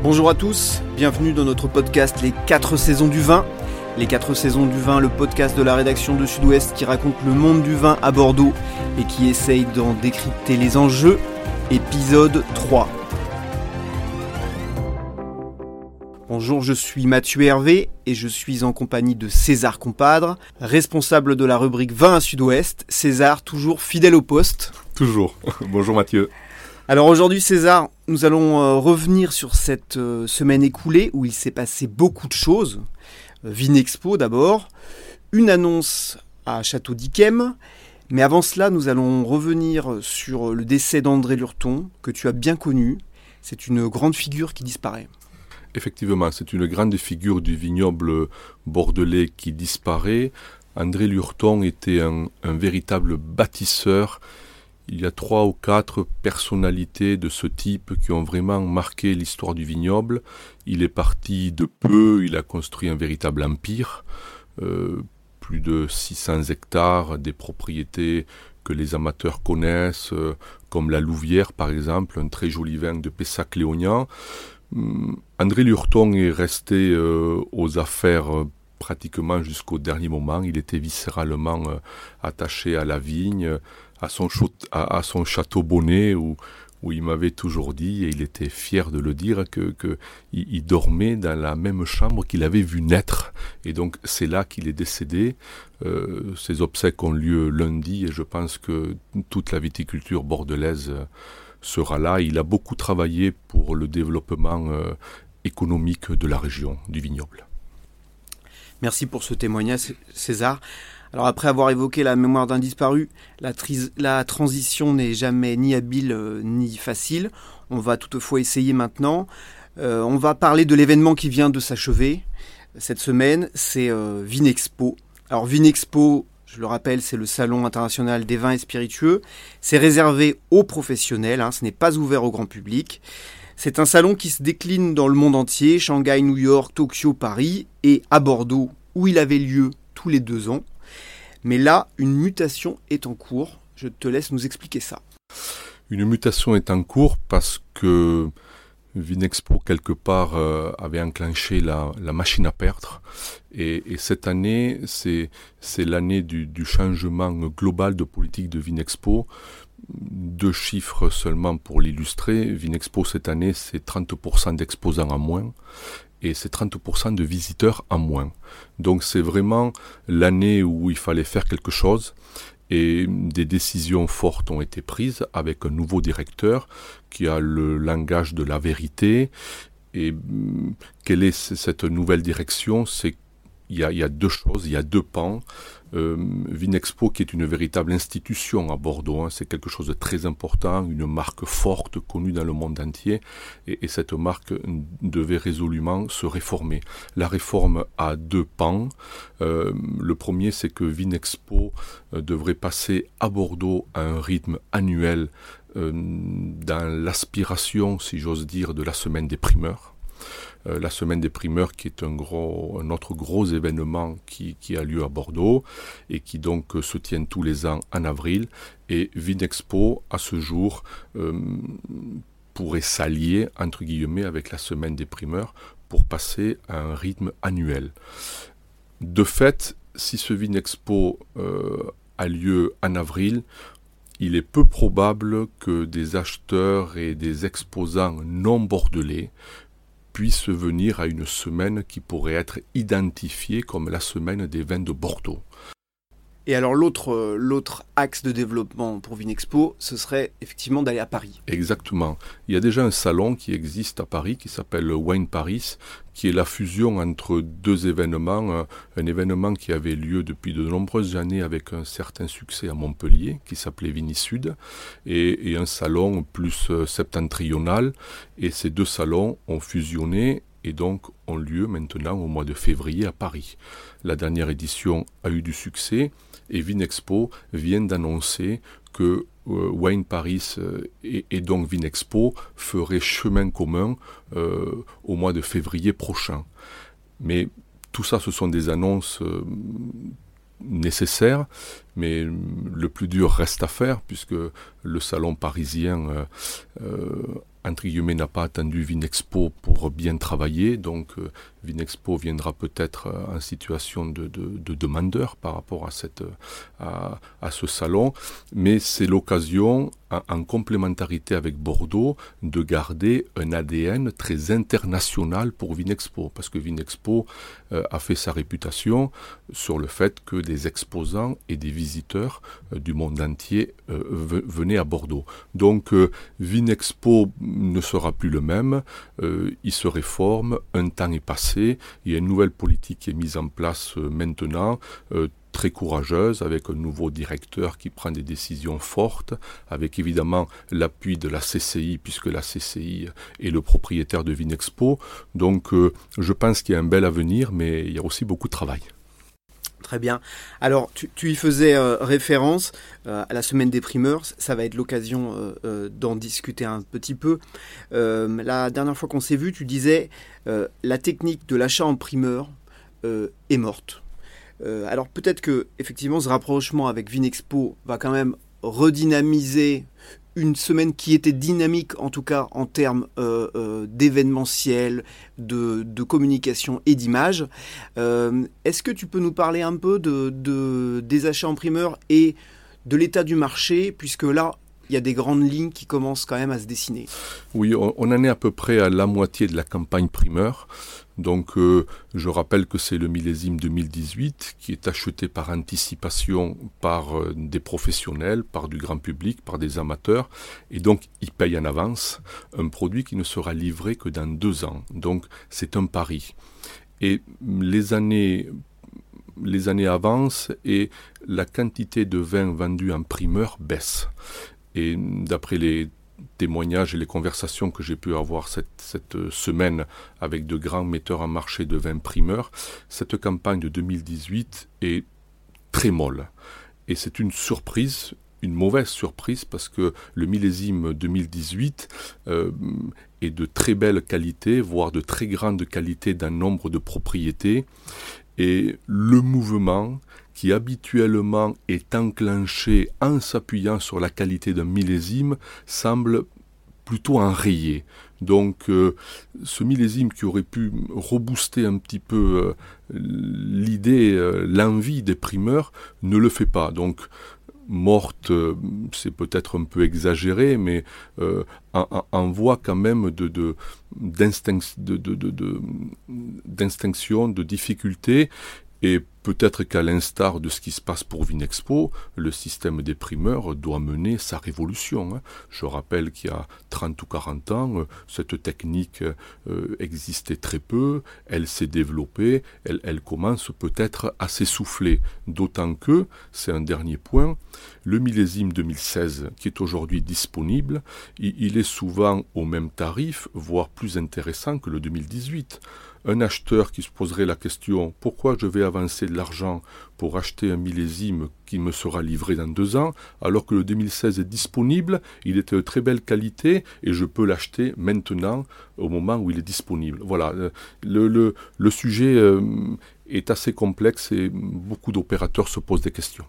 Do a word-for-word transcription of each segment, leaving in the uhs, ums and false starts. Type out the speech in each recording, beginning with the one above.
Bonjour à tous, bienvenue dans notre podcast Les quatre saisons du vin. Les quatre saisons du vin, le podcast de la rédaction de Sud-Ouest qui raconte le monde du vin à Bordeaux et qui essaye d'en décrypter les enjeux. Épisode trois. Bonjour, je suis Mathieu Hervé et je suis en compagnie de César Compadre, responsable de la rubrique Vin à Sud-Ouest. César, toujours fidèle au poste. Toujours. Bonjour Mathieu. Alors aujourd'hui César, nous allons euh, revenir sur cette euh, semaine écoulée où il s'est passé beaucoup de choses. Euh, Vinexpo d'abord, une annonce à Château d'Yquem, mais avant cela nous allons revenir sur le décès d'André Lurton, que tu as bien connu. C'est une grande figure qui disparaît. Effectivement, c'est une grande figure du vignoble bordelais qui disparaît. André Lurton était un, un véritable bâtisseur. Il y a trois ou quatre personnalités de ce type qui ont vraiment marqué l'histoire du vignoble. Il est parti de peu, il a construit un véritable empire. Euh, plus de six cents hectares, des propriétés que les amateurs connaissent, euh, comme la Louvière par exemple, un très joli vin de Pessac-Léognan. Hum, André Lurton est resté euh, aux affaires euh, pratiquement jusqu'au dernier moment. Il était viscéralement euh, attaché à la vigne, à son, chau- à, à son château Bonnet, où, où il m'avait toujours dit, et il était fier de le dire, que, que il, il dormait dans la même chambre qu'il avait vu naître. Et donc c'est là qu'il est décédé. Euh, ses obsèques ont lieu lundi, et je pense que toute la viticulture bordelaise euh, sera là. Il a beaucoup travaillé pour le développement euh, économique de la région, du vignoble. Merci pour ce témoignage César. Alors après avoir évoqué la mémoire d'un disparu, la, tri- la transition n'est jamais ni habile euh, ni facile. On va toutefois essayer maintenant. Euh, on va parler de l'événement qui vient de s'achever cette semaine, c'est euh, Vinexpo. Alors Vinexpo, je le rappelle, c'est le salon international des vins et spiritueux. C'est réservé aux professionnels, hein, ce n'est pas ouvert au grand public. C'est un salon qui se décline dans le monde entier, Shanghai, New York, Tokyo, Paris et à Bordeaux, où il avait lieu tous les deux ans. Mais là, une mutation est en cours. Je te laisse nous expliquer ça. Une mutation est en cours parce que Vinexpo, quelque part, euh, avait enclenché la, la machine à perdre. Et, et cette année, c'est, c'est l'année du, du changement global de politique de Vinexpo. Deux chiffres seulement pour l'illustrer. Vinexpo, cette année, c'est trente pour cent d'exposants en moins. Et c'est trente pour cent de visiteurs en moins. Donc c'est vraiment l'année où il fallait faire quelque chose et des décisions fortes ont été prises avec un nouveau directeur qui a le langage de la vérité. Et quelle est cette nouvelle direction ? C'est Il y, a, il y a deux choses, il y a deux pans. Euh, Vinexpo qui est une véritable institution à Bordeaux, hein, c'est quelque chose de très important, une marque forte, connue dans le monde entier, et, et cette marque devait résolument se réformer. La réforme a deux pans. Euh, le premier, c'est que Vinexpo euh, devrait passer à Bordeaux à un rythme annuel euh, dans l'aspiration, si j'ose dire, de la semaine des primeurs. Euh, la semaine des primeurs qui est un, gros, un autre gros événement qui, qui a lieu à Bordeaux et qui donc euh, se tient tous les ans en avril. Et Vinexpo, à ce jour, euh, pourrait s'allier, entre guillemets, avec la semaine des primeurs pour passer à un rythme annuel. De fait, si ce Vinexpo euh, a lieu en avril, il est peu probable que des acheteurs et des exposants non bordelais puisse venir à une semaine qui pourrait être identifiée comme la semaine des vins de Bordeaux. Et alors l'autre, euh, l'autre axe de développement pour Vinexpo, ce serait effectivement d'aller à Paris. Exactement. Il y a déjà un salon qui existe à Paris qui s'appelle Wine Paris, qui est la fusion entre deux événements. Un, un événement qui avait lieu depuis de nombreuses années avec un certain succès à Montpellier, qui s'appelait Vinisud, et, et un salon plus septentrional. Et ces deux salons ont fusionné et donc ont lieu maintenant au mois de février à Paris. La dernière édition a eu du succès et Vinexpo vient d'annoncer que euh, Wine Paris euh, et, et donc Vinexpo feraient chemin commun euh, au mois de février prochain. Mais tout ça, ce sont des annonces euh, nécessaires, mais le plus dur reste à faire puisque le salon parisien euh, euh, entre guillemets, n'a pas attendu Vinexpo pour bien travailler. Donc, euh, Vinexpo viendra peut-être en situation de, de, de demandeur par rapport à, cette, à, à ce salon. Mais c'est l'occasion, en, en complémentarité avec Bordeaux, de garder un A D N très international pour Vinexpo. Parce que Vinexpo euh, a fait sa réputation sur le fait que des exposants et des visiteurs euh, du monde entier euh, venaient à Bordeaux. Donc, euh, Vinexpo ne sera plus le même. Euh, il se réforme. Un temps est passé. Il y a une nouvelle politique qui est mise en place euh, maintenant, euh, très courageuse, avec un nouveau directeur qui prend des décisions fortes, avec évidemment l'appui de la C C I, puisque la C C I est le propriétaire de Vinexpo. Donc euh, je pense qu'il y a un bel avenir, mais il y a aussi beaucoup de travail. Très bien. Alors, tu, tu y faisais euh, référence euh, à la semaine des primeurs. Ça va être l'occasion euh, euh, d'en discuter un petit peu. Euh, la dernière fois qu'on s'est vu, tu disais euh, la technique de l'achat en primeur euh, est morte. Euh, alors peut-être que effectivement, ce rapprochement avec Vinexpo va quand même redynamiser une semaine qui était dynamique, en tout cas en termes euh, euh, d'événementiel, de, de communication et d'image. Euh, est-ce que tu peux nous parler un peu de, de, des achats en primeur et de l'état du marché, puisque là, il y a des grandes lignes qui commencent quand même à se dessiner. Oui, on, on en est à peu près à la moitié de la campagne primeur. Donc, euh, je rappelle que c'est le millésime deux mille dix-huit qui est acheté par anticipation par euh, des professionnels, par du grand public, par des amateurs. Et donc, ils payent en avance un produit qui ne sera livré que dans deux ans. Donc, c'est un pari. Et les années... Les années avancent et la quantité de vin vendu en primeur baisse. Et d'après les témoignages et les conversations que j'ai pu avoir cette, cette semaine avec de grands metteurs en marché de vins primeurs, cette campagne de deux mille dix-huit est très molle. Et c'est une surprise, une mauvaise surprise, parce que le millésime deux mille dix-huit euh, est de très belle qualité, voire de très grande qualité dans nombre de propriétés. Et le mouvement qui habituellement est enclenché en s'appuyant sur la qualité d'un millésime semble plutôt enrayé. Donc euh, ce millésime qui aurait pu rebooster un petit peu euh, l'idée, euh, l'envie des primeurs, ne le fait pas. Donc morte, euh, c'est peut-être un peu exagéré, mais euh, en, en voie quand même de, de, d'instinct, de, de, de, de, d'instinction, de difficulté. Et peut-être qu'à l'instar de ce qui se passe pour Vinexpo, le système des primeurs doit mener sa révolution. Je rappelle qu'il y a trente ou quarante ans, cette technique euh, existait très peu, elle s'est développée, elle, elle commence peut-être à s'essouffler. D'autant que, c'est un dernier point, le millésime deux mille seize qui est aujourd'hui disponible, il, il est souvent au même tarif, voire plus intéressant que le deux mille dix-huit. Un acheteur qui se poserait la question « Pourquoi je vais avancer de l'argent pour acheter un millésime qui me sera livré dans deux ans, alors que le deux mille seize est disponible, il est de très belle qualité et je peux l'acheter maintenant au moment où il est disponible ». Voilà, le, le, le sujet euh, est assez complexe et beaucoup d'opérateurs se posent des questions.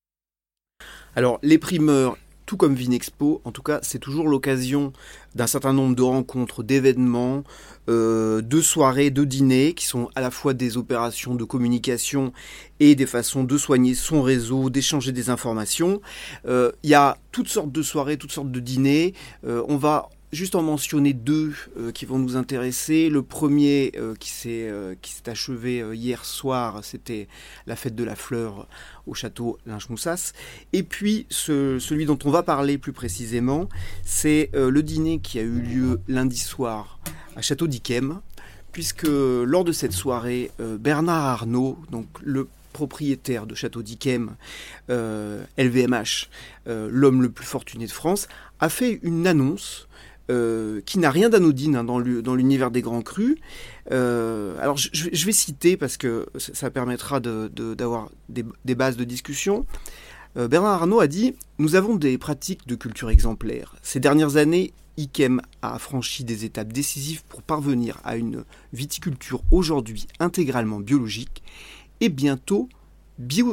Alors, les primeurs, tout comme Vinexpo, en tout cas, c'est toujours l'occasion d'un certain nombre de rencontres, d'événements, euh, de soirées, de dîners, qui sont à la fois des opérations de communication et des façons de soigner son réseau, d'échanger des informations. Euh, il y a toutes sortes de soirées, toutes sortes de dîners. Euh, on va juste en mentionner deux euh, qui vont nous intéresser. Le premier euh, qui s'est euh, qui s'est achevé euh, hier soir, c'était la fête de la fleur au château Linge-Moussas. Et puis ce, celui dont on va parler plus précisément, c'est euh, le dîner qui a eu lieu lundi soir à Château d'Yquem, puisque lors de cette soirée, euh, Bernard Arnault, donc le propriétaire de Château d'Yquem, euh, L V M H, euh, l'homme le plus fortuné de France, a fait une annonce Euh, qui n'a rien d'anodine hein, dans, le, dans l'univers des grands crus. Euh, alors je, je vais citer parce que ça permettra de, de, d'avoir des, des bases de discussion. Euh, Bernard Arnault a dit « Nous avons des pratiques de culture exemplaires. Ces dernières années, Yquem a franchi des étapes décisives pour parvenir à une viticulture aujourd'hui intégralement biologique et bientôt biodynamique. »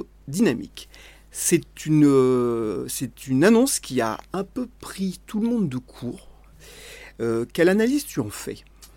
C'est une, euh, c'est une annonce qui a un peu pris tout le monde de court. Euh, quelle analyse tu en fais ?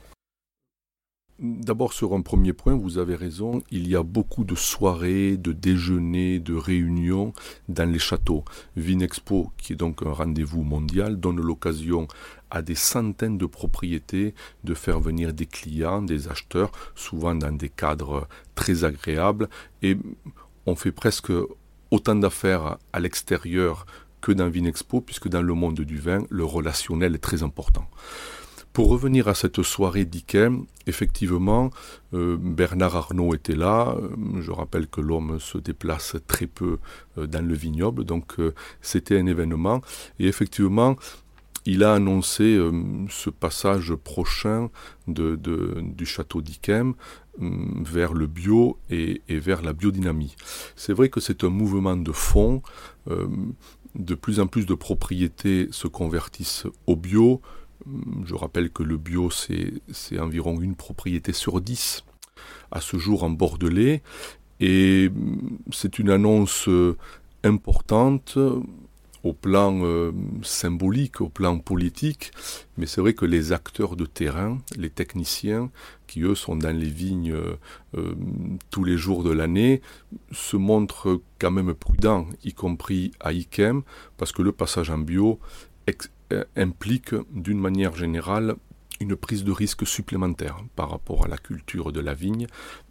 D'abord, sur un premier point, vous avez raison, il y a beaucoup de soirées, de déjeuners, de réunions dans les châteaux. Vinexpo, qui est donc un rendez-vous mondial, donne l'occasion à des centaines de propriétés de faire venir des clients, des acheteurs, souvent dans des cadres très agréables. Et on fait presque autant d'affaires à l'extérieur que dans Vinexpo, puisque dans le monde du vin, le relationnel est très important. Pour revenir à cette soirée d'Yquem, effectivement, euh, Bernard Arnault était là. Je rappelle que l'homme se déplace très peu euh, dans le vignoble, donc euh, c'était un événement. Et effectivement, il a annoncé euh, ce passage prochain de, de, du château d'Yquem euh, vers le bio et, et vers la biodynamie. C'est vrai que c'est un mouvement de fond. Euh, de plus en plus de propriétés se convertissent au bio. Je rappelle que le bio, c'est, c'est environ une propriété sur dix à ce jour en Bordelais. Et c'est une annonce importante au plan euh, symbolique, au plan politique. Mais c'est vrai que les acteurs de terrain, les techniciens, qui eux sont dans les vignes euh, tous les jours de l'année, se montrent quand même prudents, y compris à Yquem, parce que le passage en bio ex- implique d'une manière générale une prise de risque supplémentaire par rapport à la culture de la vigne.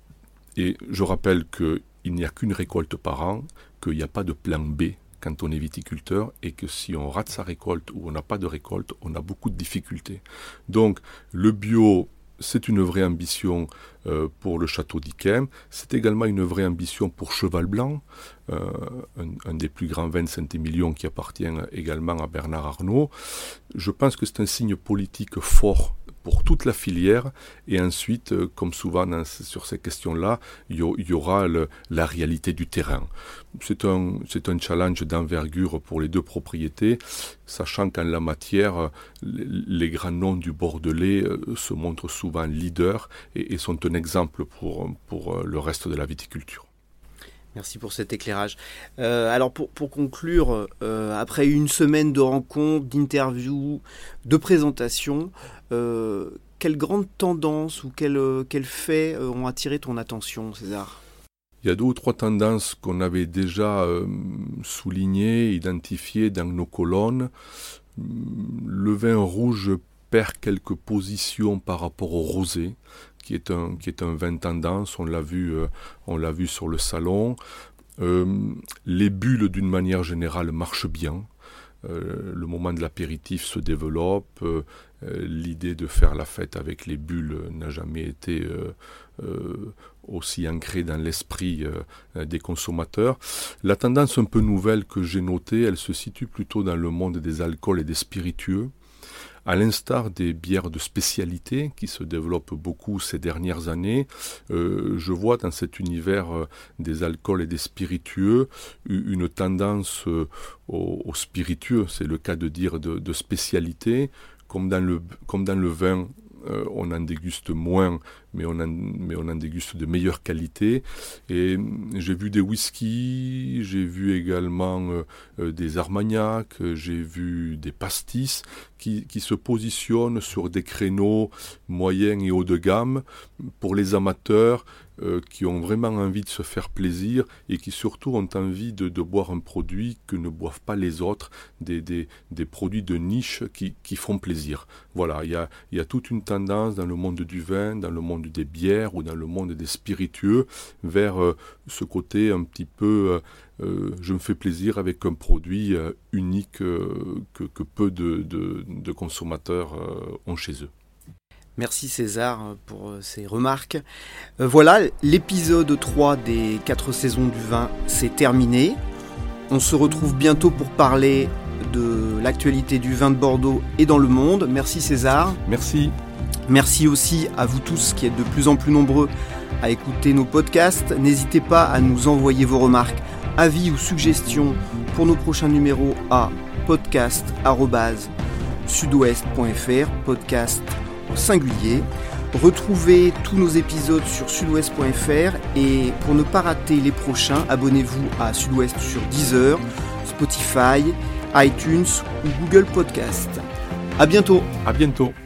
Et je rappelle qu'il n'y a qu'une récolte par an, qu'il n'y a pas de plan B quand on est viticulteur, et que si on rate sa récolte ou on n'a pas de récolte, on a beaucoup de difficultés. Donc le bio, c'est une vraie ambition euh, pour le château d'Yquem. C'est également une vraie ambition pour Cheval Blanc, euh, un, un des plus grands vins de Saint-Émilion qui appartient également à Bernard Arnault. Je pense que c'est un signe politique fort pour toute la filière. Et ensuite, euh, comme souvent dans, sur ces questions-là, il y, y aura le, la réalité du terrain. C'est un, c'est un challenge d'envergure pour les deux propriétés, sachant qu'en la matière, les, les grands noms du Bordelais euh, se montrent souvent leaders et, et sont un exemple pour, pour le reste de la viticulture. Merci pour cet éclairage. Euh, alors pour, pour conclure, euh, après une semaine de rencontres, d'interviews, de présentations, euh, quelles grandes tendances ou quels, quels faits ont attiré ton attention, César ? Il y a deux ou trois tendances qu'on avait déjà euh, soulignées, identifiées dans nos colonnes. Le vin rouge perd quelques positions par rapport au rosé, qui est un, qui est un vin tendance, on l'a vu, euh, on l'a vu sur le salon. Euh, les bulles, d'une manière générale, marchent bien. Euh, le moment de l'apéritif se développe. Euh, l'idée de faire la fête avec les bulles n'a jamais été euh, euh, aussi ancrée dans l'esprit euh, des consommateurs. La tendance un peu nouvelle que j'ai notée, elle se situe plutôt dans le monde des alcools et des spiritueux. À l'instar des bières de spécialité qui se développent beaucoup ces dernières années, euh, je vois dans cet univers euh, des alcools et des spiritueux une tendance euh, aux, aux spiritueux, c'est le cas de dire de, de spécialité, comme dans le, comme dans le vin. Euh, on en déguste moins, mais on en, mais on en déguste de meilleure qualité. Et j'ai vu des whiskies, j'ai vu également euh, euh, des armagnacs, j'ai vu des pastis qui, qui se positionnent sur des créneaux moyens et haut de gamme pour les amateurs euh, qui ont vraiment envie de se faire plaisir et qui surtout ont envie de, de boire un produit que ne boivent pas les autres, des, des, des produits de niche qui, qui font plaisir. Voilà, il y a, il y a toute une tendance dans le monde du vin, dans le monde des bières ou dans le monde des spiritueux vers euh, ce côté un petit peu euh, euh, je me fais plaisir avec un produit euh, unique euh, que, que peu de, de, de consommateurs euh, ont chez eux. Merci César pour ces remarques. Euh, voilà, l'épisode trois des quatre saisons du vin, c'est terminé. On se retrouve bientôt pour parler de l'actualité du vin de Bordeaux et dans le monde. Merci César. Merci. Merci aussi à vous tous qui êtes de plus en plus nombreux à écouter nos podcasts. N'hésitez pas à nous envoyer vos remarques, avis ou suggestions pour nos prochains numéros à podcast arobase sud-ouest point f r, podcast au singulier. Retrouvez tous nos épisodes sur sud-ouest point f r et pour ne pas rater les prochains, abonnez-vous à Sud-Ouest sur Deezer, Spotify, iTunes ou Google Podcast. À bientôt. À bientôt.